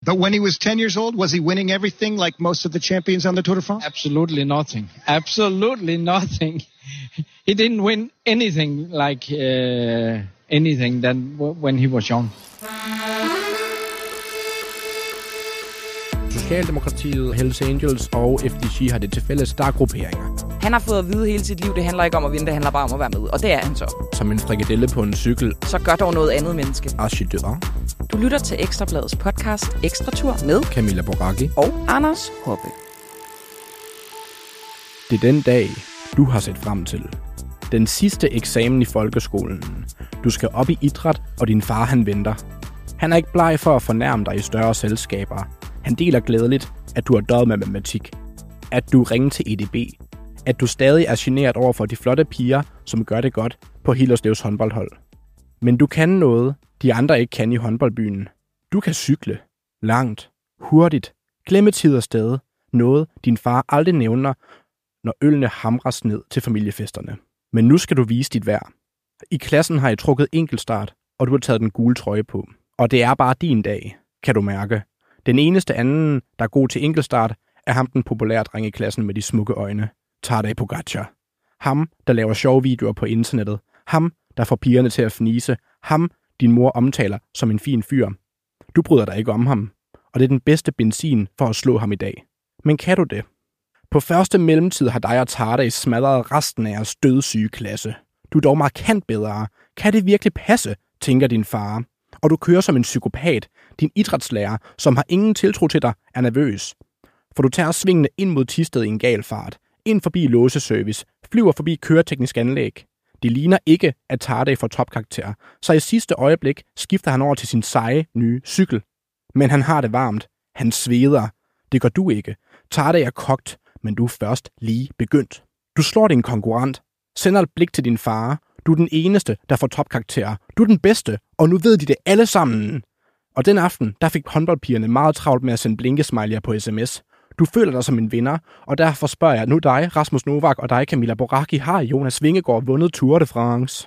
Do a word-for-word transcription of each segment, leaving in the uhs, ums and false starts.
But when he was ten years old, was he winning everything like most of the champions on the Tour de France? Absolutely nothing. Absolutely nothing. He didn't win anything like uh, anything than w- when he was young. Socialdemokratiet, Hells Angels og F D G har det til fælles, der er grupperinger. Han har fået at vide hele sit liv, det handler ikke om at vinde, det handler bare om at være med. Og det er han så. Som en frikadelle på en cykel. Så gør dog noget andet menneske. Archidør. Du lytter til Ekstrabladets podcast Ekstra Tur med Camilla Boracchi og Anders Hoppe. Det er den dag, du har set frem til. Den sidste eksamen i folkeskolen. Du skal op i idræt, og din far han venter. Han er ikke bleg for at fornærme dig i større selskaber. Han deler glædeligt, at du har døjet med matematik. At du ringer til E D B. At du stadig er generet over for de flotte piger, som gør det godt på Hillerslev håndboldhold. Men du kan noget, de andre ikke kan i håndboldbyen. Du kan cykle. Langt. Hurtigt. Glemme tid og sted. Noget, din far aldrig nævner, når ølene hamres ned til familiefesterne. Men nu skal du vise dit værd. I klassen har I trukket enkeltstart, og du har taget den gule trøje på. Og det er bare din dag, kan du mærke. Den eneste anden, der er god til enkeltstart, er ham den populære dreng i klassen med de smukke øjne. Tadej Pogačar. Ham, der laver sjove videoer på internettet. Ham, der får pigerne til at fnise. Ham, din mor omtaler som en fin fyr. Du bryder dig ikke om ham, og det er den bedste benzin for at slå ham i dag. Men kan du det? På første mellemtid har dig og Tadej smadret resten af jeres dødssyge klasse. Du er dog markant bedre. Kan det virkelig passe, tænker din far. Og du kører som en psykopat. Din idrætslærer, som har ingen tiltro til dig, er nervøs. For du tager svingene ind mod Thisted i en gal fart. Ind forbi låseservice. Flyver forbi køreteknisk anlæg. Det ligner ikke, at Tadej får topkarakter. Så i sidste øjeblik skifter han over til sin seje, nye cykel. Men han har det varmt. Han sveder. Det gør du ikke. Tadej er kogt, men du er først lige begyndt. Du slår din konkurrent. Sender et blik til din far. Du er den eneste, der får topkarakter. Du er den bedste, og nu ved de det alle sammen. Og den aften, der fik håndboldpigerne meget travlt med at sende blinkesmiley'er på sms. Du føler dig som en vinder, og derfor spørger jeg nu dig, Rasmus Novak, og dig, Camilla Boracchi, har Jonas Vingegaard vundet Tour de France?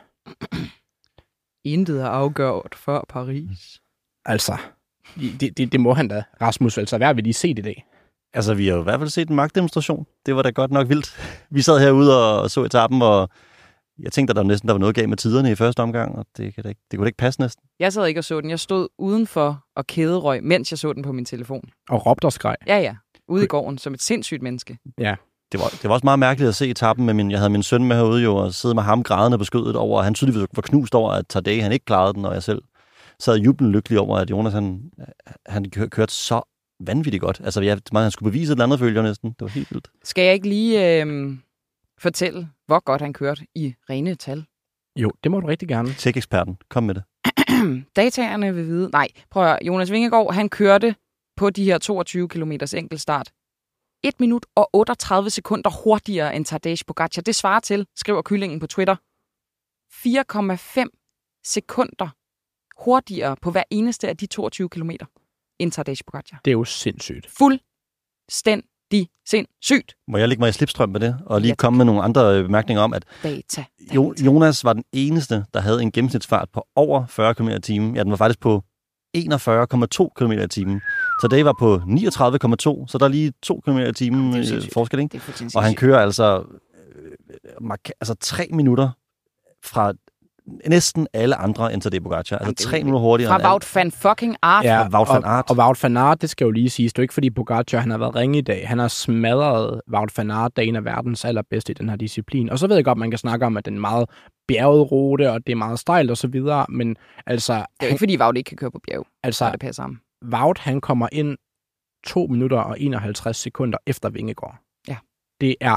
Intet er afgjort før Paris. Altså, det, det, det må han da, Rasmus. Altså, hvad har vi lige set i dag? Altså, vi har jo i hvert fald set en magtdemonstration. Det var da godt nok vildt. Vi sad herude og så etappen, og jeg tænkte, at der næsten der var noget galt med tiderne i første omgang, og det, kan da ikke, det kunne da ikke passe næsten. Jeg sad ikke og så den. Jeg stod udenfor og kæderøg, mens jeg så den på min telefon. Og råbte og skreg? Ja, ja. Ude i gården, som et sindssygt menneske. Ja. Det var, det var også meget mærkeligt at se etappen med min... Jeg havde min søn med herude jo, og sidde med ham grædende på skødet over, og han tydeligvis var knust over, at Tadej han ikke klarede den, og jeg selv sad jublen lykkelig over, at Jonas han, han kørte så vanvittigt godt. Altså, jeg, han skulle bevise et eller andet følger næsten. Det var helt vildt. Skal jeg ikke lige øh, fortælle, hvor godt han kørte i rene tal? Jo, det må du rigtig gerne. Tech-eksperten, kom med det. Dataerne vil vide... Nej, prøv at høre. Jonas Vingegaard, han kørte på de her toogtyve kilometers enkeltstart et minut og otteogtredive sekunder hurtigere end Tadej Pogačar. Det svarer til, skriver Kyllingen på Twitter, fire komma fem sekunder hurtigere på hver eneste af de toogtyve kilometer end Tadej Pogačar. Det er jo sindssygt. Fuldstændig sindssygt. Må jeg lægge mig i slipstrøm med det, og lige ja, komme med nogle andre bemærkninger om, at data, data. Jo, Jonas var den eneste, der havde en gennemsnitsfart på over fyrre kilometer i timen. Ja, den var faktisk på enogfyrre komma to kilometer i timen. Så det var på niogtredive komma to, så der er lige to kilometer i timen forskel, ikke? Og han kører altså, øh, altså tre minutter fra næsten alle andre end Tadej Pogačar. Altså tre minutter hurtigere. Fra Wout van fucking Aert. Ja, Wout van Aert. Og, og Wout van Aert, det skal jo lige siges. Det er jo ikke fordi Pogačar, han har været ringe i dag. Han har smadret Wout van Aert, der er en af verdens allerbedste i den her disciplin. Og så ved jeg godt, man kan snakke om, at den er meget bjerget rute, og det er meget stejlt og så videre. Men altså... Det er jo ikke fordi Wout ikke kan køre på bjerg. Altså, det passer ham. Wout, han kommer ind to minutter og enoghalvtreds sekunder efter Vingegaard. Ja. Det er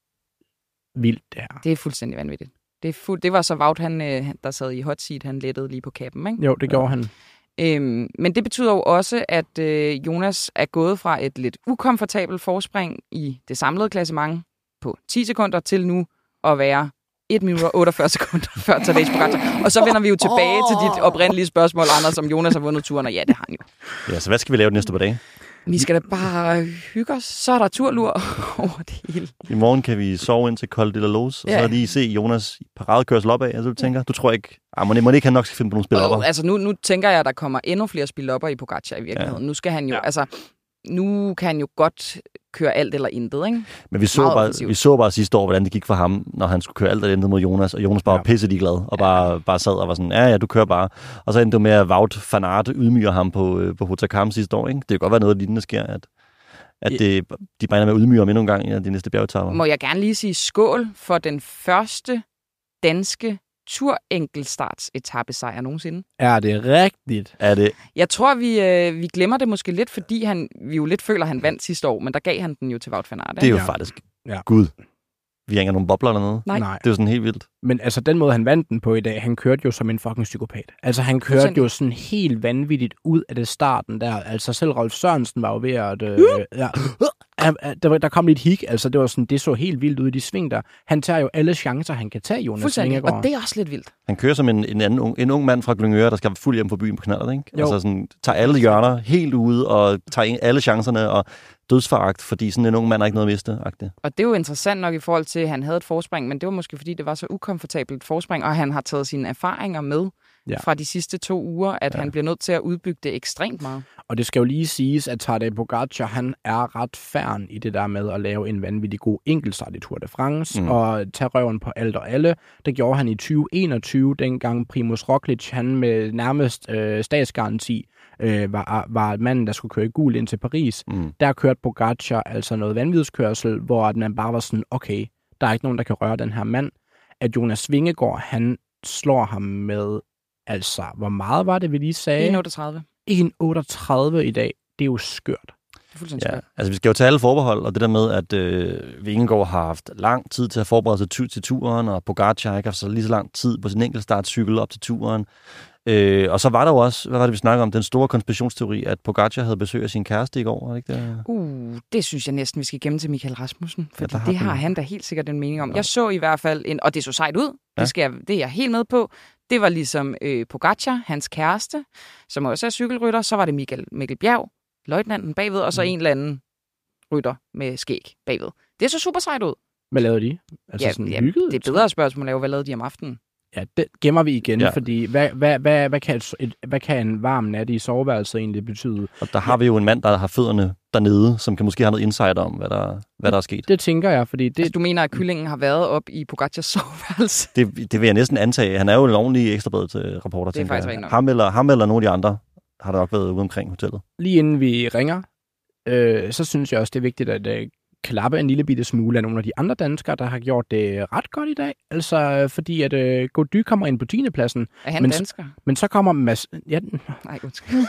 vildt, det her. Det er fuldstændig vanvittigt. Det, er fuld... det var så Wout, han, der sad i hot seat, han lettede lige på kappen, ikke? Jo, det gjorde han. Øhm, men det betyder jo også, at øh, Jonas er gået fra et lidt ukomfortabelt forspring i det samlede klassement på ti sekunder til nu at være et minut og otteogfyrre sekunder før Tadej Pogačar. Og så vender vi jo tilbage oh. til dit oprindelige spørgsmål, Anders, om Jonas har vundet turen, og ja, det har han jo. Ja, så hvad skal vi lave de næste par dage? Vi skal da bare hygge os. Så er der turlur over det hele. I morgen kan vi sove ind til Col de la Loze, og Ja. så lige se Jonas paradekørsel opad. Altså, du tænker, du tror ikke... Ah, må, det, må det ikke han nok skal finde på nogle spil Og, op? altså nu, nu tænker jeg, at der kommer endnu flere spilopper i Pogacar i virkeligheden. Ja. Nu skal han jo, ja. altså, nu kan han jo godt køre alt eller intet, ikke? Men vi så, bare, vi så bare sidste år, hvordan det gik for ham, når han skulle køre alt eller intet mod Jonas, og Jonas bare ja. var pisse ligeglad, og ja. bare, bare sad og var sådan, ja, ja, du kører bare. Og så endte det med, at Wout van Aert ydmyger ham på, øh, på Hautacam sidste år, ikke? Det kan godt være noget lignende sker, at, at det, de bare ender med at ydmyge ham endnu en gang i de næste bjergetapper. Må jeg gerne lige sige skål for den første danske tur-enkeltstarts-etappesejr nogensinde. Er det rigtigt? Er det... Jeg tror, vi, øh, vi glemmer det måske lidt, fordi han, vi jo lidt føler, at han vandt sidste år, men der gav han den jo til Wout van Aert. Det er jo Ja. faktisk... Ja. Gud. Vi hænger nogle bobler eller noget. Nej. Nej. Det er jo sådan helt vildt. Men altså, den måde, han vandt den på i dag, han kørte jo som en fucking psykopat. Altså, han kørte Fuldstændig. jo sådan helt vanvittigt ud af det starten der. Altså, selv Rolf Sørensen var jo ved at... Øh, ja, der, var- der kom lidt hik. Altså, det var sådan, det så helt vildt ud i de sving der. Han tager jo alle chancer, han kan tage, Jonas Fuldstændig, Vingegaard. og det er også lidt vildt. Han kører som en, en, anden, ung- en ung mand fra Glyngøre, der skal fuld hjem på byen på knallert, ikke? Jo. Altså sådan, tager alle hjørner helt ude, og tager alle chancerne, og dødsforagt, fordi sådan en ung mand har ikke noget at miste. -agtigt. Og det er jo interessant nok i forhold til, at han havde et forspring, men det var måske fordi, det var så ukomfortabelt et forspring, og han har taget sine erfaringer med Ja. ja. fra de sidste to uger, at ja. han bliver nødt til at udbygge det ekstremt meget. Og det skal jo lige siges, at Tadej Pogacar, han er ret færn i det der med at lave en vanvittig god enkeltstart i Tour de France, mm. og tage røven på alt og alle. Det gjorde han i tyve enogtyve, dengang Primož Roglič, han med nærmest øh, statsgaranti, øh, var, var manden, der skulle køre i gul ind til Paris. Mm. Der kørte Pogacar altså noget vanvidskørsel, hvor at man bare var sådan, okay, der er ikke nogen, der kan røre den her mand. At Jonas Vingegaard, han slår ham med, altså, hvor meget var det, vi lige sagde? en otteogtredive. en otteogtredive i dag. Det er jo skørt. Det er fuldstændig Ja, skørt. altså vi skal jo tage alle forbehold, og det der med, at øh, Vingegaard har haft lang tid til at forberede sig til, til turen, og Pogacar ikke har haft så lige så lang tid på sin enkeltstartcykel op til turen. Øh, og så var der jo også, hvad var det, vi snakkede om, den store konspirationsteori, at Pogacar havde besøg af sin kæreste i går, var det ikke det? Uh, det synes jeg næsten, vi skal gemme til Michael Rasmussen, fordi der ja, har det har den. han da helt sikkert en mening om. Ja. Jeg så i hvert fald, en, og det så sejt ud, Ja. det, skal jeg, det er jeg helt med på. Det var ligesom øh, Pogacar, hans kæreste, som også er cykelrytter. Så var det Michael, Mikkel Bjerg, løjtnanten bagved, og så Mm. en eller anden rytter med skæg bagved. Det så super sejt ud. Hvad lavede de? Altså Ja, sådan ja, hyggede? det er bedre spørgsmål at lave, hvad lavede de om aftenen? Ja, det gemmer vi igen, Ja. ja. fordi hvad, hvad, hvad, hvad, kan et, et, hvad kan en varm nat i soveværelset egentlig betyde? Og der har vi jo en mand, der har fødderne dernede, som kan måske have noget insight om, hvad der, hvad der er sket. Det tænker jeg, fordi det... Altså, du mener, at kyllingen har været op i Pogacars soveværelse? Det, det vil jeg næsten antage. Han er jo en ordentlig ekstrabladet til reporter, Det er tænker faktisk jeg. rigtigt nok. Ham eller, ham eller nogle af de andre har der nok været ude omkring hotellet. Lige inden vi ringer, øh, så synes jeg også, det er vigtigt at øh, klappe en lille bitte smule af nogle af de andre danskere, der har gjort det ret godt i dag. Altså, øh, fordi at øh, Gody kommer ind på tiende pladsen, Er han Men- dansker? men så kommer Mads... Ja, Nej, undskyld.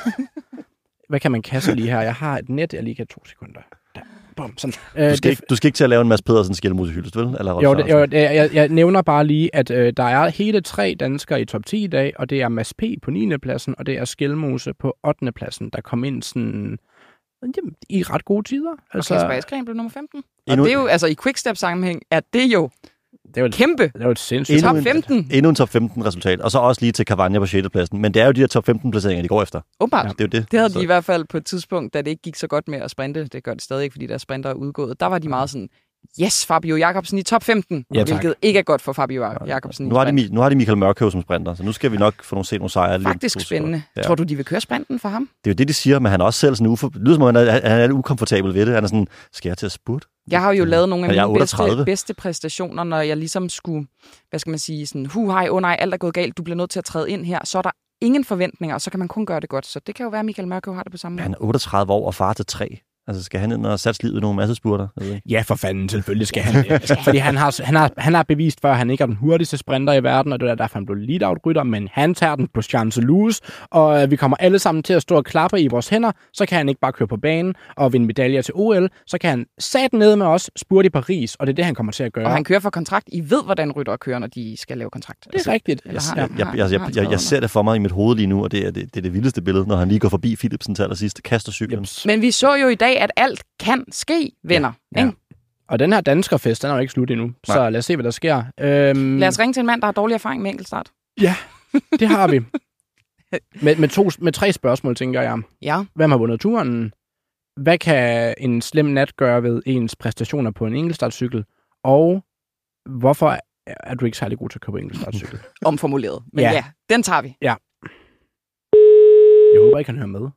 hvad kan man kaste lige her? Jeg har et net, jeg lige kan to sekunder. Der. Bum, sådan. Øh, Du skal, det- ikke, du skal ikke til at lave en Mads Pedersen skældemusehylst, vel? Eller Jo, det, jo det, jeg, jeg nævner bare lige, at øh, der er hele tre danskere i top ti i dag, og det er Mads P. på niende pladsen, og det er Skelmose på ottende pladsen, der kom ind sådan jamen, i ret gode tider. Altså, Kasper Askren blev nummer femten. Og Endnu- det er jo, altså i quickstep-sammenhæng, er det jo det var, kæmpe. det var et sindssygt. Endnu Top en- femten. Endnu en top femten resultat. Og så også lige til Cavagna på sjette pladsen. Men det er jo de her top femten placeringer, de går efter. Åbenbart. Ja. Det er jo det. Det havde Så- de i hvert fald på et tidspunkt, da det ikke gik så godt med at sprinte. Det gør det stadig ikke, fordi der sprinter er udgået. Der var de meget sådan, yes, Fabio Jacobsen i top femten. Ja, tak. Hvilket ikke er godt for Fabio Jacobsen. Nu har, de, Mi- nu har de Michael Mørkøv som sprinter, så nu skal vi nok få nogle, se nogle sejre. lidt Faktisk positivt. spændende. Ja. Tror du, de vil køre sprinten for ham? Det er jo det, de siger, men han er også selv sådan ufor... Det lyder som om, han er, han er lidt ukomfortabel ved det. Han er sådan, skal jeg til at spurte? Jeg har jo lavet nogle af Og jeg er mine bedste, otteogtredive. bedste præstationer, når jeg ligesom skulle, hvad skal man sige, sådan, hu hej, åh oh, nej, alt er gået galt, du bliver nødt til at træde ind her. Så er der ingen forventninger, og så kan man kun gøre det godt. Så det kan jo være, at Michael Mørkøv har det på samme måde. Han er otteogtredive år og far til tre. Altså, skal han ind og satse livet i nogle masse spurter? Jeg ved ikke. Ja, for fanden, selvfølgelig skal han det. Fordi han har, han, har, han har bevist før, at han ikke er den hurtigste sprinter i verden, og det er derfor, han blev lead-out-rytter, men han tager den på Champs-Élysées, og øh, vi kommer alle sammen til at stå og klappe i vores hænder, så kan han ikke bare køre på banen og vinde medaljer til O L, så kan han sat ned med os, spurte i Paris, og det er det, han kommer til at gøre. Og han kører for kontrakt. I ved, hvordan ryttere kører, når de skal lave kontrakt. Det er rigtigt. Eller har- Ja. Jeg, jeg, jeg, jeg, jeg, jeg ser det for mig i mit hoved lige nu, og det er det, det, er det vildeste billede, når han lige går forbi Philipsen til allersidst, kaster cyklen. Jeps. Men vi så jo i dag, at alt kan ske, venner. Ja. Ikke? Og den her danskerfest, den er jo ikke slut endnu, så Nej. lad os se, hvad der sker. Øhm, Lad os ringe til en mand, der har dårlig erfaring med enkeltstart. Ja, det har vi. Med, med, to, med tre spørgsmål, tænker jeg. Ja. Hvem har vundet turen? Hvad kan en slem nat gøre ved ens præstationer på en enkeltstartcykel? Og hvorfor er du ikke særlig god til at køre på enkeltstartcykel? Omformuleret. Men ja. ja, den tager vi. Ja. Jeg håber, I kan høre med.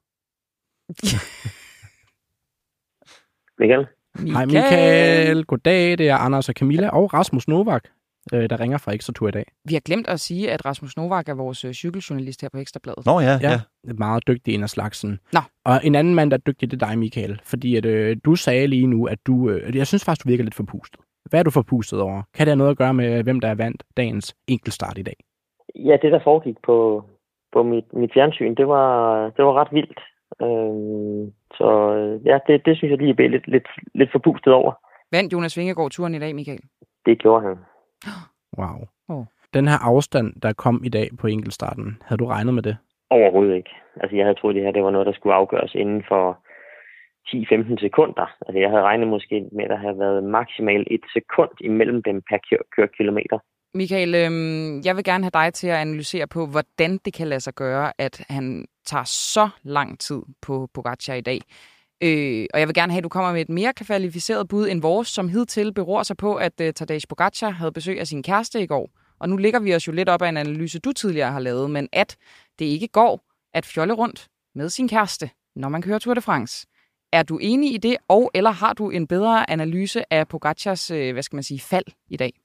Michael? Michael. Hej Michael. Goddag, det er Anders og Camilla og Rasmus Novak, der ringer fra Ekstra Tur i dag. Vi har glemt at sige, at Rasmus Novak er vores cykeljournalist her på Ekstrabladet. Nå ja, ja. ja. Meget dygtig en af slagsen. Nå. Og en anden mand, der er dygtig, det er dig, Michael. Fordi at, øh, du sagde lige nu, at du... Øh, jeg synes faktisk, du virker lidt forpustet. Hvad er du forpustet over? Kan det have noget at gøre med, hvem der er vandt dagens enkeltstart i dag? Ja, det der foregik på, på mit, mit fjernsyn, det var, det var ret vildt. Øhm, så ja, det, det synes jeg lige er lidt, lidt, lidt forpustet over. Vandt Jonas Vingegaard turen i dag, Michael? Det gjorde han. Wow. Oh. Den her afstand, der kom i dag på enkeltstarten, havde du regnet med det? Overhovedet ikke. Altså, jeg havde troet, det her det var noget, der skulle afgøres inden for ti til femten sekunder. Altså, jeg havde regnet måske med, at der havde været maksimalt et sekund imellem dem per kørekilometer. Michael, øhm, jeg vil gerne have dig til at analysere på, hvordan det kan lade sig gøre, at han tager så lang tid på Pogačar i dag. Øh, og jeg vil gerne have, at du kommer med et mere kvalificeret bud end vores, som hidtil beror sig på, at uh, Tadej Pogačar havde besøg af sin kæreste i går. Og nu ligger vi os jo lidt op af en analyse, du tidligere har lavet, men at det ikke går at fjolle rundt med sin kæreste, når man kører Tour de France. Er du enig i det, og eller har du en bedre analyse af Pogacars, øh, hvad skal man sige, fald i dag?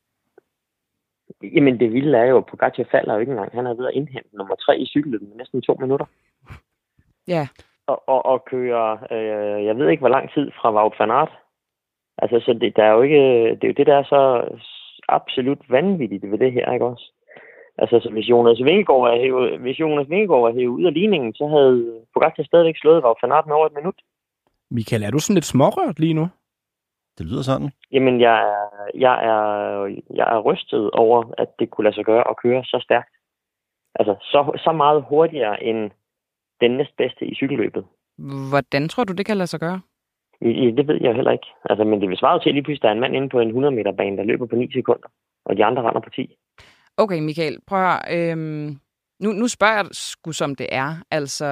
Jamen det vilde er jo, at Pogačar falder jo ikke engang. Han er ved at indhente nummer tre i cykelløbet med næsten to minutter. Ja. Og, og, og køre, øh, jeg ved ikke hvor lang tid fra Wout van Aert. Altså så det, der er jo ikke, det er jo det, der er så absolut vanvittigt ved det her, ikke også? Altså så hvis Jonas Vingegaard var hævet, hvis Jonas Vingegaard var hævet ud af ligningen, så havde Pogačar stadigvæk slået Wout van Aert med over et minut. Michael, er du sådan lidt smårørt lige nu? Det lyder sådan. Jamen, jeg er, jeg er, jeg er rystet over, at det kunne lade sig gøre at køre så stærkt. Altså, så, så meget hurtigere end den næstbedste i cykelløbet. Hvordan tror du, det kan lade sig gøre? I, det ved jeg heller ikke. Altså, men det vil svare til, at lige pludselig der er en mand inde på en hundrede meter bane, der løber på ni sekunder, og de andre render på ti. Okay, Michael, prøv at høre. Øhm, nu, nu spørger jeg sgu, som det er. Altså,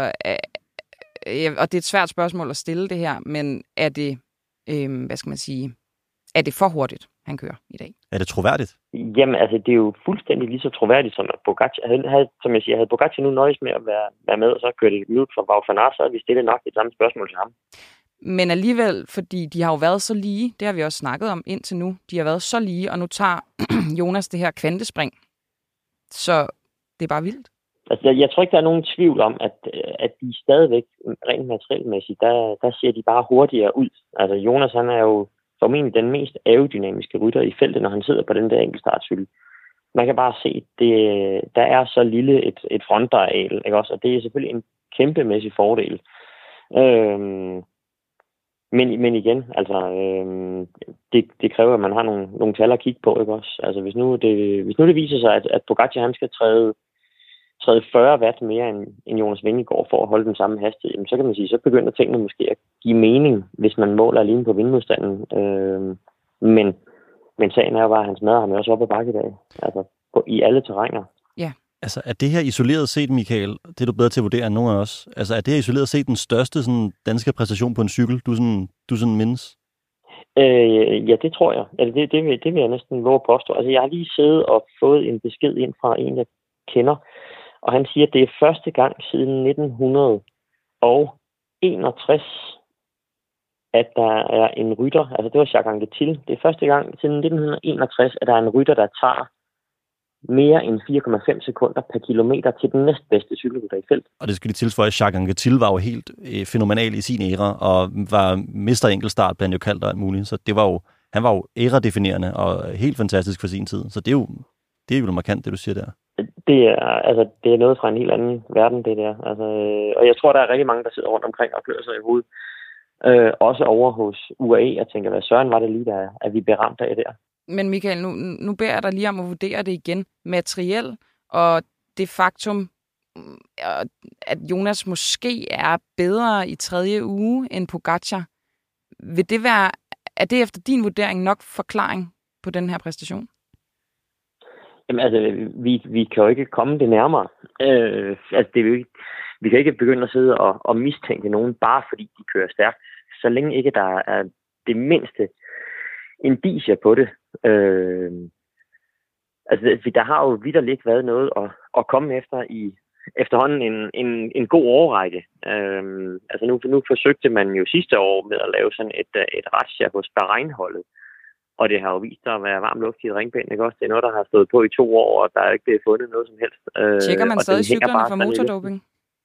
øh, og det er et svært spørgsmål at stille det her, men er det... Øhm, hvad skal man sige, er det for hurtigt, han kører i dag? Er det troværdigt? Jamen, altså, det er jo fuldstændig lige så troværdigt, som at Pogačar havde, havde, som jeg siger, havde Pogačar nu nøjes med at være, være med, og så kørte det et minut fra Wout van Aert, så havde vi stillet nok det samme spørgsmål til ham. Men alligevel, fordi de har jo været så lige, det har vi også snakket om indtil nu, de har været så lige, og nu tager Jonas det her kvantespring. Så det er bare vildt. Altså, jeg, jeg tror ikke, der er nogen tvivl om, at, at de stadigvæk, rent materielmæssigt, der, der ser de bare hurtigere ud. Altså, Jonas, han er jo formentlig den mest aerodynamiske rytter i feltet, når han sidder på den der enkeltstartcykel. Man kan bare se, det, der er så lille et, et frontareal, ikke også? Og det er selvfølgelig en kæmpemæssig fordel. Øhm, men, men igen, altså, øhm, det, det kræver, at man har nogle, nogle tal at kigge på, ikke også? Altså, hvis nu det, hvis nu det viser sig, at, at Pogačar, han skal træde træde fyrre watt mere end, end Jonas Vingegaard for at holde den samme hastighed, så kan man sige, så begynder tingene måske at give mening, hvis man måler alene på vindmodstanden. Øh, men, men sagen er jo bare, at han smadrer ham også op ad bakke i dag. Altså på, i alle terrænger. Ja. Altså er det her isoleret set, Michael, det er du bedre til at vurdere end nogen af os, altså er det her isoleret set den største sådan, danske præstation på en cykel, du sådan, du sådan mindes? Øh, ja, det tror jeg. Altså, det, det, vil, det vil jeg næsten våge at påstå. Altså jeg har lige siddet og fået en besked ind fra en, jeg kender, og han siger, at det er første gang siden nitten enogtres, at der er en rytter, altså det var Jacques Anquetil, det er første gang siden nitten enogtres, at der er en rytter, der tager mere end fire komma fem sekunder per kilometer til den næstbedste cykelrytter i felt. Og det skal lige tilføje, at Jacques Anquetil var jo helt øh, fænomenal i sin æra, og var mester enkeltstart, blandt jo kaldt og alt muligt, så det var jo, han var jo æra-definerende og helt fantastisk for sin tid, så det er jo, det er jo markant, det du siger der. Det er, altså, det er noget fra en helt anden verden, det der. Altså, øh, og jeg tror, der er rigtig mange, der sidder rundt omkring og klør sig i hovedet. Øh, også over hos U A E. Jeg tænker, hvad søren var det lige, der, at vi blev ramt af der. Men Michael, nu, nu beder jeg dig lige om at vurdere det igen. Materiel og det faktum, at Jonas måske er bedre i tredje uge end Pogačar. Vil det være, er det efter din vurdering nok forklaring på den her præstation? Jamen altså, vi, vi kan jo ikke komme det nærmere. Øh, altså, det er jo ikke, vi kan ikke begynde at sidde og, og mistænke nogen, bare fordi de kører stærkt, så længe ikke der er det mindste indicier på det. Øh, altså, der har jo vitterligt været noget at, at komme efter i efterhånden en, en, en god årrække. Øh, altså nu, nu forsøgte man jo sidste år med at lave sådan et, et razzia hos Bahrein-holdet, og det har jo vist sig at være varm luft i et ringbind, ikke også? Det er noget, der har stået på i to år, og der er ikke blevet fundet noget som helst. Øh, Tjekker man stadig cyklerne for motordoping?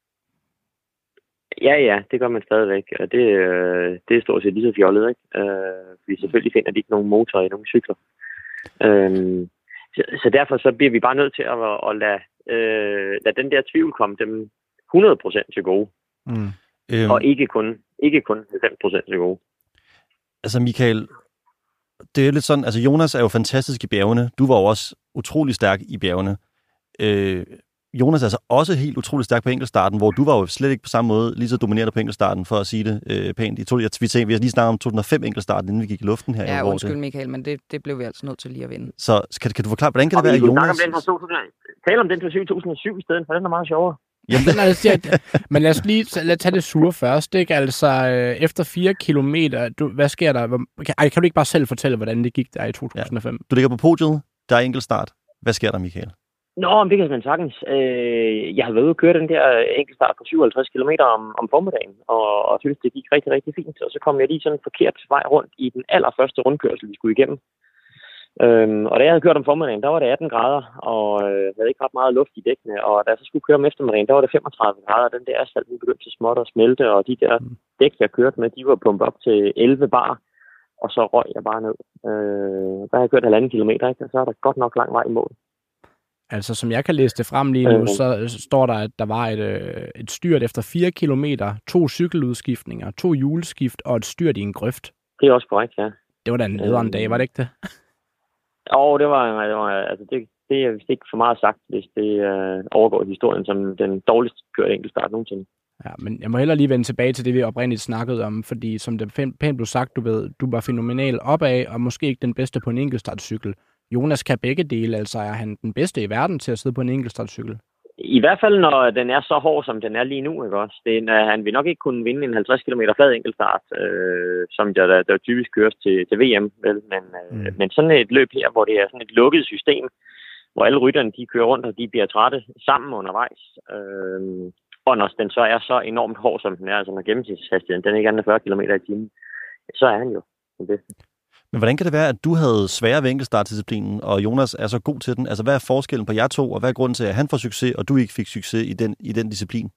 Ja, ja, det gør man stadigvæk, og det, øh, det er stort set lige så fjollet, ikke? Øh, fordi selvfølgelig finder de ikke nogen motor i nogen cykler. Øh, så, så derfor så bliver vi bare nødt til at, at lade, øh, lade den der tvivl komme dem hundrede procent til gode. Mm. Øhm. Og ikke kun, ikke kun halvfems procent til gode. Altså Michael, det er lidt sådan, altså Jonas er jo fantastisk i bjergene. Du var jo også utrolig stærk i bjergene. Øh, Jonas er altså også helt utrolig stærk på enkeltstarten, hvor du var jo slet ikke på samme måde lige så dominerende på enkeltstarten, for at sige det øh, pænt. I to, jeg, vi, tænkte, vi har lige snakket om to tusind og fem enkeltstarten, inden vi gik i luften her. Ja, hvor undskyld det... Michael, men det, det blev vi altså nødt til lige at vinde. Så kan, kan du forklare, hvordan kan det være, at Jonas... Tale om den fra to tusind og syv i stedet, for den er meget sjovere. Jamen, den er, altså, men lad os lige lad os tage det sure først, ikke? Altså, øh, efter fire kilometer, du, hvad sker der? Kan, ej, kan du ikke bare selv fortælle, hvordan det gik der i to tusind og fem? Ja. Du ligger på podiet, der er enkeltstart. Hvad sker der, Michael? Nå, men det kan man sagtens. Øh, jeg har været ude og køre den der enkeltstart på syvoghalvtreds kilometer om, om formiddagen, og, og synes, det gik rigtig, rigtig fint. Og så kom jeg lige sådan en forkert vej rundt i den allerførste rundkørsel, vi skulle igennem. Øhm, og da jeg havde kørt om formiddagen, der var det atten grader, og øh, havde ikke ret meget luft i dækkene. Og da jeg så skulle køre om eftermiddagen, der var det femogtredive grader, og den der asfalt begyndte så småt at smelte, og de der dæk, jeg kørte med, de var pumpet op til elleve bar, og så røg jeg bare ned. Øh, der har jeg kørt halvanden kilometer, ikke? Og så er der godt nok lang vej i mål. Altså, som jeg kan læse det frem lige nu, øh. så står der, at der var et, et styrt efter fire kilometer, to cykeludskiftninger, to hjulskift og et styrt i en grøft. Det er også korrekt, ja. Det var da en nederen øh. dag, var det ikke det? Jo, det var, det var altså det, det er vist ikke for meget sagt, hvis det øh, overgår historien som den dårligst kørte enkeltstart nogensinde. Ja, men jeg må hellere lige vende tilbage til det, vi oprindeligt snakkede om, fordi som det pænt blev sagt, du ved, du var fænomenal opad, og måske ikke den bedste på en enkeltstartcykel. Jonas kan begge dele, altså er han den bedste i verden til at sidde på en enkeltstartcykel? I hvert fald, når den er så hård, som den er lige nu, ikke også? Det er, han vil nok ikke kunne vinde en halvtreds kilometer flad enkeltstart, øh, som der, der, der typisk køres til, til V M, vel? Men, øh, mm. men sådan et løb her, hvor det er sådan et lukket system, hvor alle rytterne, de kører rundt, og de bliver trætte sammen undervejs. Øh, og når den så er så enormt hård, som den er, altså når gennemsnitshastigheden, den er ikke andet fyrre kilometer i timen, så er han jo den bedste. Men hvordan kan det være, at du havde svære ved enkeltstartdisciplinen, og Jonas er så god til den? Altså, hvad er forskellen på jer to, og hvad er grunden til, at han får succes, og du ikke fik succes i den, i den disciplin?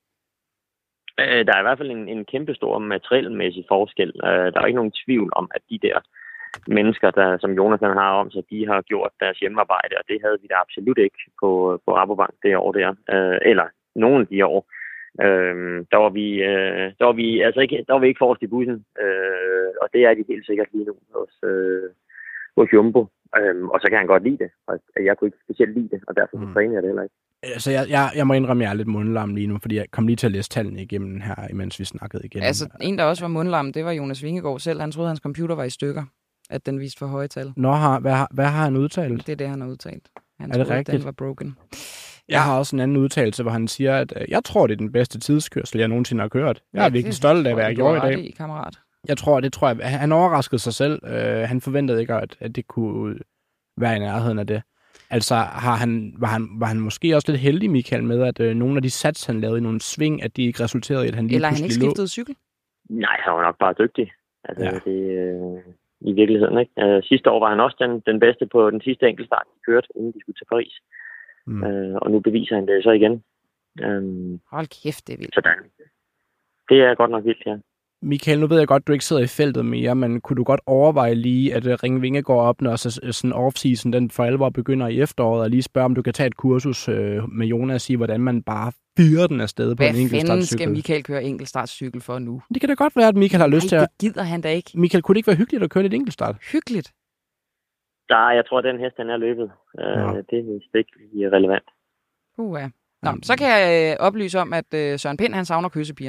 Øh, der er i hvert fald en, en kæmpe stor materielmæssig forskel. Øh, der er ikke nogen tvivl om, at de der mennesker, der, som Jonas har om sig, de har gjort deres hjemmearbejde, og det havde vi da absolut ikke på, på Rabobank det år der, øh, eller nogen af de år. Øhm, der var vi, øh, der var vi, altså ikke, der var vi ikke forrest i bussen, øh, og det er de helt sikkert lige nu hos, øh, hos Jumbo. Øhm, og så kan han godt lide det, og jeg kunne ikke specielt lide det, og derfor mm. træner jeg det heller ikke. Altså, jeg, jeg, jeg må indrømme, at jeg er lidt mundlam lige nu, fordi jeg kom lige til at læse tallene igennem her, imens vi snakkede igen. Altså, en, der også var mundlam, det var Jonas Vingegaard selv. Han troede, hans computer var i stykker, at den viste for høje tal. Nå, har, hvad, har, hvad har han udtalt? Det er det, han har udtalt. Han er det troede, rigtigt? Den var broken. Jeg har også en anden udtalelse, hvor han siger, at øh, jeg tror, det er den bedste tidskørsel, jeg nogensinde har kørt. Jeg er ja, virkelig stolt af, hvad jeg gjorde i dag. I, kammerat. Jeg tror, det tror jeg. Han overraskede sig selv. Uh, han forventede ikke, at, at det kunne være i nærheden af det. Altså, har han, var, han, var han måske også lidt heldig, Michael, med, at uh, nogle af de sats, han lavede i nogle sving, at de ikke resulterede i, at han lige Eller pludselig han ikke skiftede cykel? Nej, han var nok bare dygtig. Altså, ja. det, øh, i virkeligheden, ikke? Uh, sidste år var han også den, den bedste på den sidste enkeltstart, de kørte, inden de skulle til Paris. Mm. Øh, og nu beviser han det så igen. Um, Hold kæft, det er vildt. Sådan. Det er godt nok vildt, ja. Michael, nu ved jeg godt, at du ikke sidder i feltet mere, men kunne du godt overveje lige, at uh, Ring Vinge går op, når så, sådan off-season den for alvor begynder i efteråret, og lige spørge, om du kan tage et kursus uh, med Jonas og sige, hvordan man bare fyrer den afsted på en enkeltstartcykel? Hvad fanden skal Michael køre enkeltstartcykel for nu? Det kan da godt være, at Michael har lyst Ej, til at... det gider han da ikke. Michael, kunne det ikke være hyggeligt at køre lidt enkeltstart? Hyggeligt? Nej, jeg tror, at den hest, den er løbet. Ja. Uh, det er vist ikke relevant. Uh, ja. Nå, så kan jeg øh, oplyse om, at øh, Søren Pind, han savner kyssepigerne.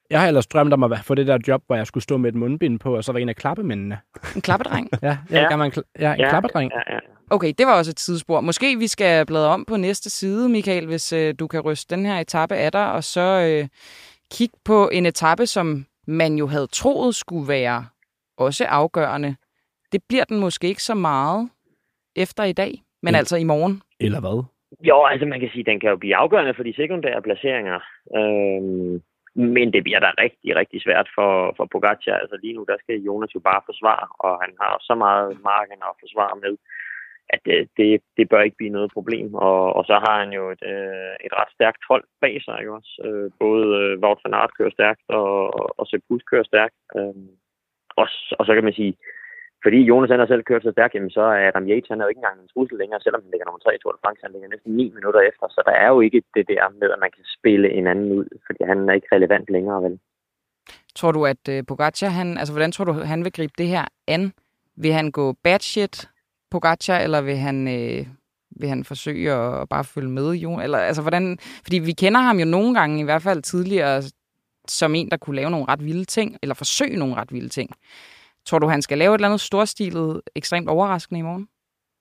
Jeg har ellers drømt om at få det der job, hvor jeg skulle stå med et mundbind på, og så var en af klappemændene. En klappedreng? Ja, jeg vil Ja. gerne være en, kla- ja, en Ja, klappedreng. Ja, ja. Okay, det var også et tidsspor. Måske vi skal bladre om på næste side, Michael, hvis øh, du kan ryste den her etape af dig, og så øh, kigge på en etape, som man jo havde troet skulle være også afgørende. Det bliver den måske ikke så meget efter i dag, men Mm. altså i morgen. Eller hvad? Jo, altså man kan sige, at den kan jo blive afgørende for de sekundære placeringer. Øhm, men det bliver da rigtig, rigtig svært for, for Pogacar. Altså lige nu, der skal Jonas jo bare forsvare, og han har så meget marken at forsvare med, at det, det, det bør ikke blive noget problem. Og, og så har han jo et, øh, et ret stærkt hold bag sig, ikke også? Øh, både øh, Wout van Aert kører stærkt, og, og Sepp Kuss kører stærkt. Øh, og, og så kan man sige, fordi Jonas han har selv kørt så stærkt, jamen så er Adam Yates, han er jo ikke engang en trussel længere, selvom han ligger nummer tre i Tour de France, han ligger næsten ni minutter efter, så der er jo ikke det der med, at man kan spille en anden ud, fordi han er ikke relevant længere, vel? Tror du, at øh, Pogacar, han, altså hvordan tror du, han vil gribe det her an? Vil han gå bad shit, Pogacar, eller vil han, øh, vil han forsøge at bare følge med, jo? Eller, altså, hvordan, fordi vi kender ham jo nogle gange, i hvert fald tidligere, som en, der kunne lave nogle ret vilde ting, eller forsøge nogle ret vilde ting. Tror du, han skal lave et eller andet storstilet, ekstremt overraskende i morgen?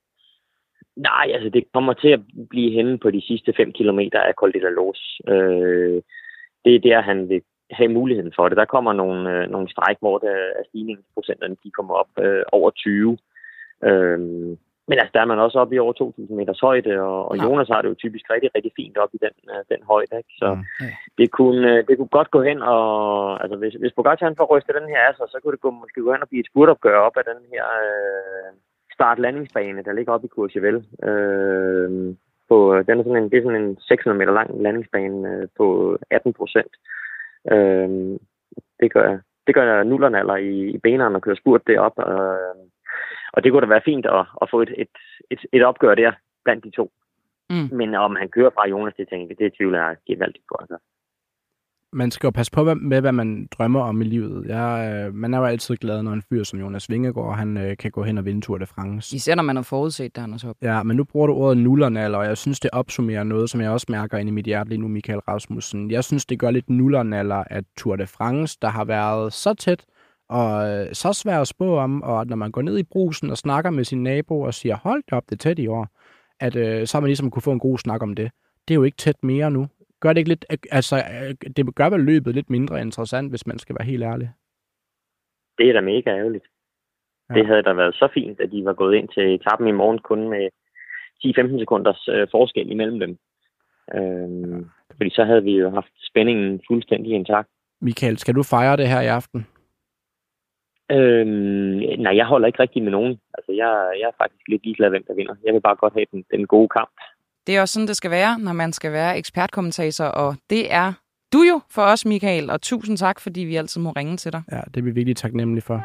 Nej, altså det kommer til at blive henne på de sidste fem kilometer af Col de la Loze. Øh, det er der, han vil have muligheden for det. Der kommer nogle, øh, nogle stræk, hvor der er stigningsprocenterne, de kommer op øh, over tyve. Øh, men altså, der er man også oppe i over to tusind meters højde, og, og Jonas har det jo typisk rigtig, rigtig fint op i den, øh, den højde. Ikke? Så Mm. det, kunne, øh, det kunne godt gå hen, og altså, hvis, hvis Pogacar han får rystet den her af sig, så kunne det gå, måske gå hen og blive et spurtopgør op af den her øh, start-landingsbane, der ligger oppe i Courchevel. Øh, på, den er sådan en, det er sådan en seks hundrede meter lang landingsbane øh, på atten procent. Øh, det gør, det gør nullernaller i, i benene og kører spurt derop. Øh, og det kunne da være fint at, at få et, et, et, et opgør der blandt de to. Mm. Men om han kører fra Jonas, det tænker jeg, det tvivler jeg gevaldigt på. Altså. Man skal jo passe på med, hvad man drømmer om i livet. Jeg, øh, man er jo altid glad, når en fyr som Jonas Vingegaard, han øh, kan gå hen og vinde Tour de France. Især når man har forudset det, han har så. Ja, men nu bruger du ordet nullernaller, og jeg synes, det opsummerer noget, som jeg også mærker inde i mit hjerte lige nu, Michael Rasmussen. Jeg synes, det gør lidt nullernaller, at Tour de France, der har været så tæt og øh, så svært at spå om, og når man går ned i brusen og snakker med sin nabo og siger, hold da op, det er tæt i år, at øh, så har man ligesom kunne få en god snak om det. Det er jo ikke tæt mere nu. Gør det ikke lidt, altså, det gør vel løbet lidt mindre interessant, hvis man skal være helt ærlig. Det er da mega ærgerligt. Ja. Det havde da været så fint, at de var gået ind til etappen i morgen kun med ti til femten sekunders øh, forskel imellem dem. Øhm, fordi så havde vi jo haft spændingen fuldstændig intakt. Michael, skal du fejre det her i aften? Øhm, nej, jeg holder ikke rigtig med nogen. Altså, jeg, jeg er faktisk lidt ligeglad, hvem der vinder. Jeg vil bare godt have den, den gode kamp. Det er også sådan, det skal være, når man skal være ekspertkommentator, og det er du jo for os, Michael, og tusind tak, fordi vi altid må ringe til dig. Ja, det er vi virkelig taknemmelige for.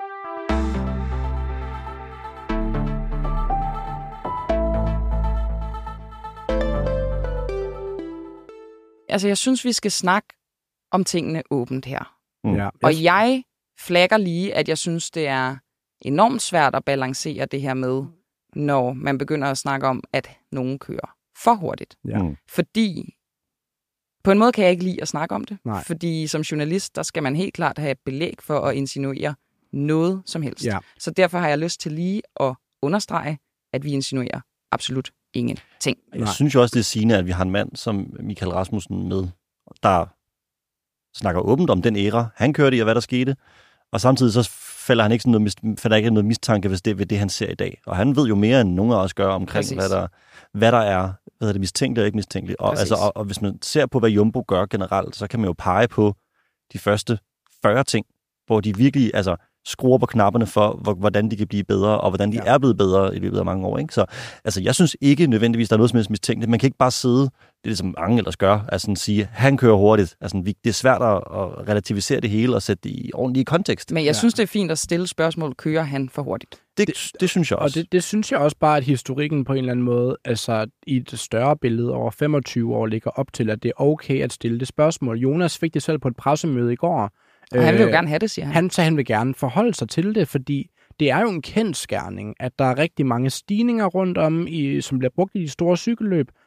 Altså, jeg synes, vi skal snakke om tingene åbent her. Mm. Ja, Og jeg flagger lige, at jeg synes, det er enormt svært at balancere det her med, når man begynder at snakke om, at nogen kører for hurtigt. Ja. Mm. Fordi på en måde kan jeg ikke lide at snakke om det. Nej. Fordi som journalist, der skal man helt klart have belæg for at insinuere noget som helst. Ja. Så derfor har jeg lyst til lige at understrege, at vi insinuerer absolut ingenting. Jeg synes jo også, det er sigende, at vi har en mand som Michael Rasmussen med, der snakker åbent om den æra, han kørte i, og hvad der skete. Og samtidig så falder han ikke sådan noget, falder ikke noget mistanke ved det, ved det, han ser i dag. Og han ved jo mere, end nogen af os gør omkring, hvad der, hvad der er, hvad er det, mistænkeligt og ikke mistænkeligt. Og, altså, og, og hvis man ser på, hvad Jumbo gør generelt, så kan man jo pege på de første fyrre ting, hvor de virkelig altså, skruer på knapperne for, hvordan de kan blive bedre, og hvordan de ja. er blevet bedre i løbet af mange år. Ikke? Så altså, jeg synes ikke nødvendigvis, der er noget som helst mistænkeligt. Man kan ikke bare sidde, det er det, som mange ellers gør, altså sådan sige, han kører hurtigt. Altså, det er svært at relativisere det hele og sætte det i ordentlig kontekst. Men jeg ja. synes, det er fint at stille spørgsmål, kører han for hurtigt? Det, det, det synes jeg også. Og det, det synes jeg også bare, at historikken på en eller anden måde, altså i et større billede over femogtyve år, ligger op til, at det er okay at stille det spørgsmål. Jonas fik det selv på et pressemøde i går. Og han vil jo gerne have det, siger han. Han så han vil gerne forholde sig til det, fordi det er jo en kendsgerning, at der er rigtig mange stigninger rundt om, i, som bliver brugt i de store cykelløb,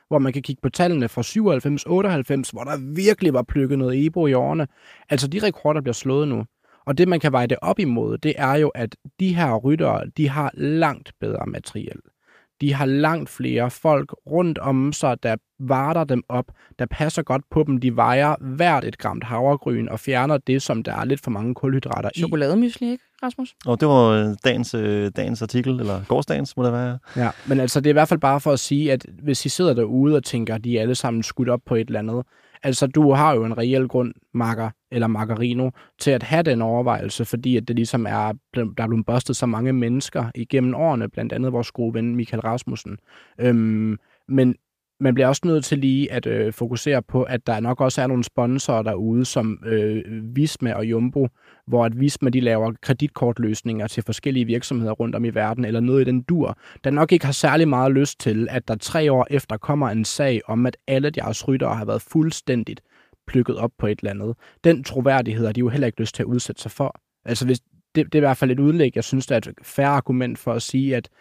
hvor man kan kigge på tallene fra syvoghalvfems otteoghalvfems, hvor der virkelig var plukket noget Ebo i årene. Altså de rekorder bliver slået nu. Og det, man kan veje det op imod, det er jo, at de her ryttere, de har langt bedre materiel. De har langt flere folk rundt om sig, der varter dem op, der passer godt på dem. De vejer hvert et gram havregryn og fjerner det, som der er lidt for mange kulhydrater i. Chokolademysli, ikke, Rasmus? Og det var dagens, øh, dagens artikel, eller gårsdagens, må det være. Ja, men altså det er i hvert fald bare for at sige, at hvis I sidder derude og tænker, at de er alle sammen skudt op på et eller andet, altså du har jo en reel grund, Makker eller Margarino, til at have den overvejelse, fordi at det ligesom er, der er blevet bustet så mange mennesker igennem årene, blandt andet vores gode ven Michael Rasmussen. Øhm, men man bliver også nødt til lige at øh, fokusere på, at der nok også er nogle sponsorer derude, som øh, Visma og Jumbo, hvor at Visma de laver kreditkortløsninger til forskellige virksomheder rundt om i verden, eller noget i den dur, der nok ikke har særlig meget lyst til, at der tre år efter kommer en sag om, at alle deres ryttere har været fuldstændigt plukket op på et eller andet. Den troværdighed har de jo heller ikke lyst til at udsætte sig for. Altså hvis, det, det er i hvert fald et udlæg, jeg synes, det er et fair argument for at sige, at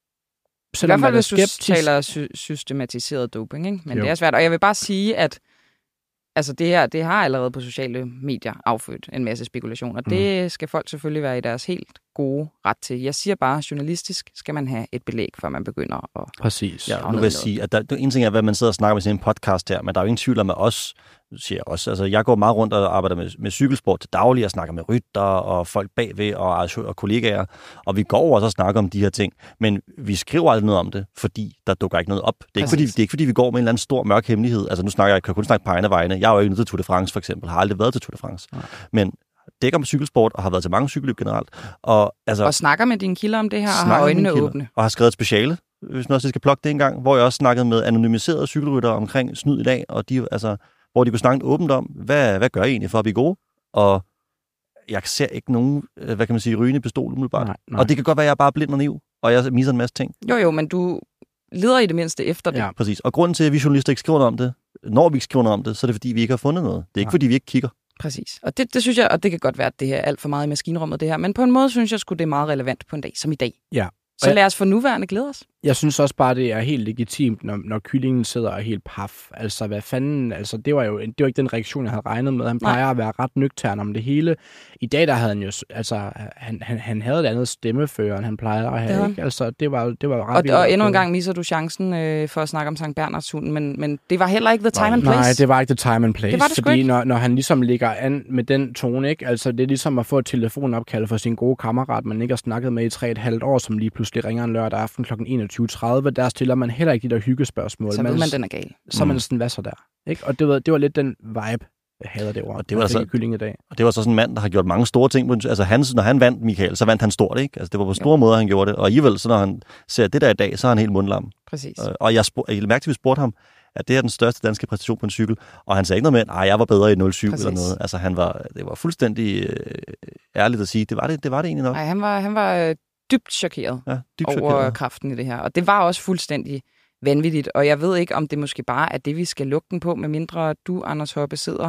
i hvert fald, hvis skeptisk... du taler sy- systematiseret doping, ikke? Men jo. Det er svært. Og jeg vil bare sige, at altså det her, det har allerede på sociale medier affødt en masse spekulationer. Mm. Det skal folk selvfølgelig være i deres helt gode ret til. Jeg siger bare, journalistisk skal man have et belæg, før man begynder at... Præcis. Ja, nu vil jeg sige, at der, en ting er, hvad man sidder og snakker med i en podcast her, men der er jo ingen tvivl om, at os, siger jeg også, altså jeg går meget rundt og arbejder med, med cykelsport til daglig, og snakker med rytter og folk bagved og, og kollegaer, og vi går over og snakker om de her ting, men vi skriver aldrig noget om det, fordi der dukker ikke noget op. Det er ikke, fordi, det er ikke fordi, vi går med en eller anden stor mørk hemmelighed. Altså nu snakker jeg, kan jeg kun snakke på egne vegne. Jeg er jo ikke nødt til Tour de France for eksempel, har aldrig været til Tour de France. Ja. Men dækker med cykelsport og har været til mange cykelløb generelt. Og, altså, og snakker med dine kilder om det her og har øjnene åbne. Og har skrevet et speciale, hvis man også skal plukke det en gang, hvor jeg også snakkede med anonymiserede cykelryttere omkring snyd i dag, og de, altså, hvor de kunne snakke åbent om, hvad, hvad gør I egentlig for at blive gode? Og jeg ser ikke nogen, hvad kan man sige, rygende pistol umiddelbart. Nej, nej. Og det kan godt være, at jeg er bare blind og naiv, og jeg misser en masse ting. Jo, jo, men du leder i det mindste efter det. Ja, præcis. Og grunden til, at vi journalister ikke skriver noget om det, når vi ikke skriver noget om det, så er det, fordi vi ikke har fundet noget. Det er ikke, nej. Fordi vi ikke kigger. Præcis. Og det, det synes jeg, og det kan godt være, at det her er alt for meget i maskinrummet, det her. Men på en måde synes jeg, skulle det er meget relevant på en dag som i dag. Ja. Så lad os for nuværende glæde os. Jeg synes også bare, det er helt legitimt, når, når kyllingen sidder og er helt paf. Altså, hvad fanden? Altså, det var jo det var ikke den reaktion, jeg havde regnet med. Han plejer Nej. at være ret nøgtern om det hele. I dag, der havde han jo... Altså, han, han, han havde et andet stemmefører, end han plejer at have. Ikke? Altså, det var, det var ret og, vildt. Og endnu en gang misser du chancen øh, for at snakke om Sankt Bernhardshunden, men, men det var heller ikke the time and place. Nej, det var ikke the time and place. Det var det fordi når, når han ligesom ligger an med den tone, ikke? Altså, det er ligesom at få et telefonopkald fra sin gode kammerat, man ikke har snakket med i tre et halvt år, som lige pludselig ringer en lørdag aften klokken enogtyve tredive. Der stiller man heller ikke de der hyggespørgsmål. Så ved man, den er gal. Så er man sådan, hvad så der? Ikke? Og det var, det var lidt den vibe, jeg havde det over. Og det var så kylling i dag. Og det var så sådan en mand, der har gjort mange store ting. Altså han, når han vandt, Michael, så vandt han stort, ikke? Altså det var på store jo. måder, han gjorde det. Og alligevel, så når han ser det der i dag, så er han helt mundlam. Præcis. Og jeg, spurg, jeg mærkte, at vi spurgte ham, at det er den største danske præstation på en cykel. Og han sagde ikke noget med, at nej, jeg var bedre i nul syv eller noget. Altså han var, det var fuldstændig øh, ærligt at sige. Det var det, det var det egentlig nok. Nej, han var, han var dybt chokeret ja, dybt over chokeret. kraften i det her. Og det var også fuldstændig vanvittigt. Og jeg ved ikke, om det måske bare er det, vi skal lukke den på, medmindre du, Anders Hoppe, sidder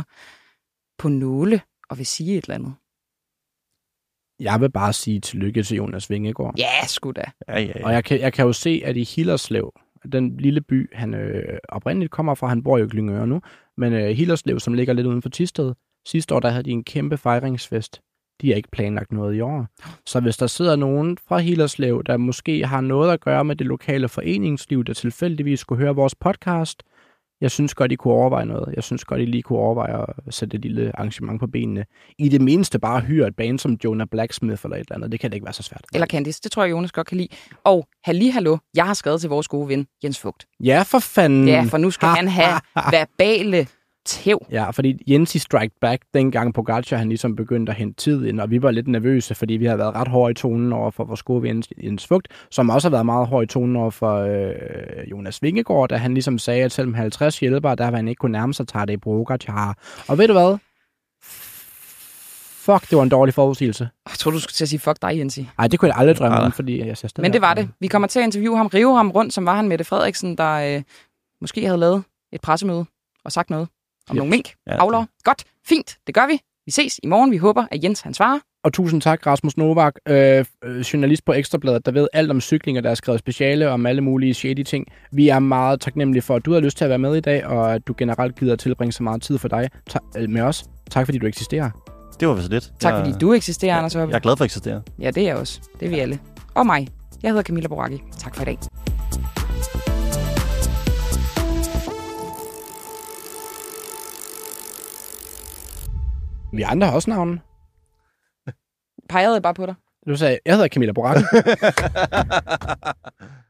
på nåle og vil sige et eller andet. Jeg vil bare sige tillykke til Jonas Vingegaard. Ja, sgu da. Ja, ja, ja. Og jeg kan, jeg kan jo se, at i Hillerslev, den lille by, han øh, oprindeligt kommer fra, han bor jo i Glyngøre nu, men øh, Hillerslev, som ligger lidt uden for Thisted, sidste år, der havde de en kæmpe fejringsfest. De har ikke planlagt noget i år. Så hvis der sidder nogen fra Hillerslev, der måske har noget at gøre med det lokale foreningsliv, der tilfældigvis skulle høre vores podcast, jeg synes godt, I kunne overveje noget. Jeg synes godt, I lige kunne overveje at sætte et lille arrangement på benene. I det mindste bare hyre et band som Jonah Blacksmith eller et eller andet. Det kan det ikke være så svært. Eller Candice, det tror jeg, Jonas godt kan lide. Og halli hallo, jeg har skrevet til vores gode ven, Jens Vogt. Ja, for fanden. Ja, for nu skal han have verbale tæv. Ja, fordi Jens i Strike Back, dengang Pogacar, han ligesom begyndte at hente tid ind, og vi var lidt nervøse, fordi vi havde været ret hårde i tonen over for vores gode ven Jens Vogt, som også har været meget hård i tonen over for øh, Jonas Vingegaard, da han ligesom sagde, at selvom halvtreds hjælper, der var han ikke kunne nærme sig Tadej Pogacar. Og ved du hvad? Fuck, det var en dårlig forudsigelse. Jeg tror du skulle til at sige fuck dig, Jensi. Nej, det kunne jeg aldrig drømme om, fordi jeg ser Men det var det. Vi kommer til at interviewe ham, rive ham rundt, som var han Mette Frederiksen, der øh, måske havde lavet et pressemøde og sagt noget om yes. nogle mink. Ja, Avler. Godt. Fint. Det gør vi. Vi ses i morgen. Vi håber, at Jens han svarer. Og tusind tak, Rasmus Novak, øh, journalist på Ekstrabladet, der ved alt om cykling, og der har skrevet speciale om alle mulige shady ting. Vi er meget taknemmelige for, at du har lyst til at være med i dag, og at du generelt gider at tilbringe så meget tid for dig ta- med os. Tak fordi du eksisterer. Det var vist lidt. Tak jeg, fordi du eksisterer, jeg, Anders Hoppe. Jeg er glad for at eksistere. Ja, det er jeg også. Det er vi alle. Og mig. Jeg hedder Camilla Boracchi. Tak for i dag. Vi andre har også navne. Pegede jeg bare på dig? Du sagde, jeg hedder Camilla Boracchi.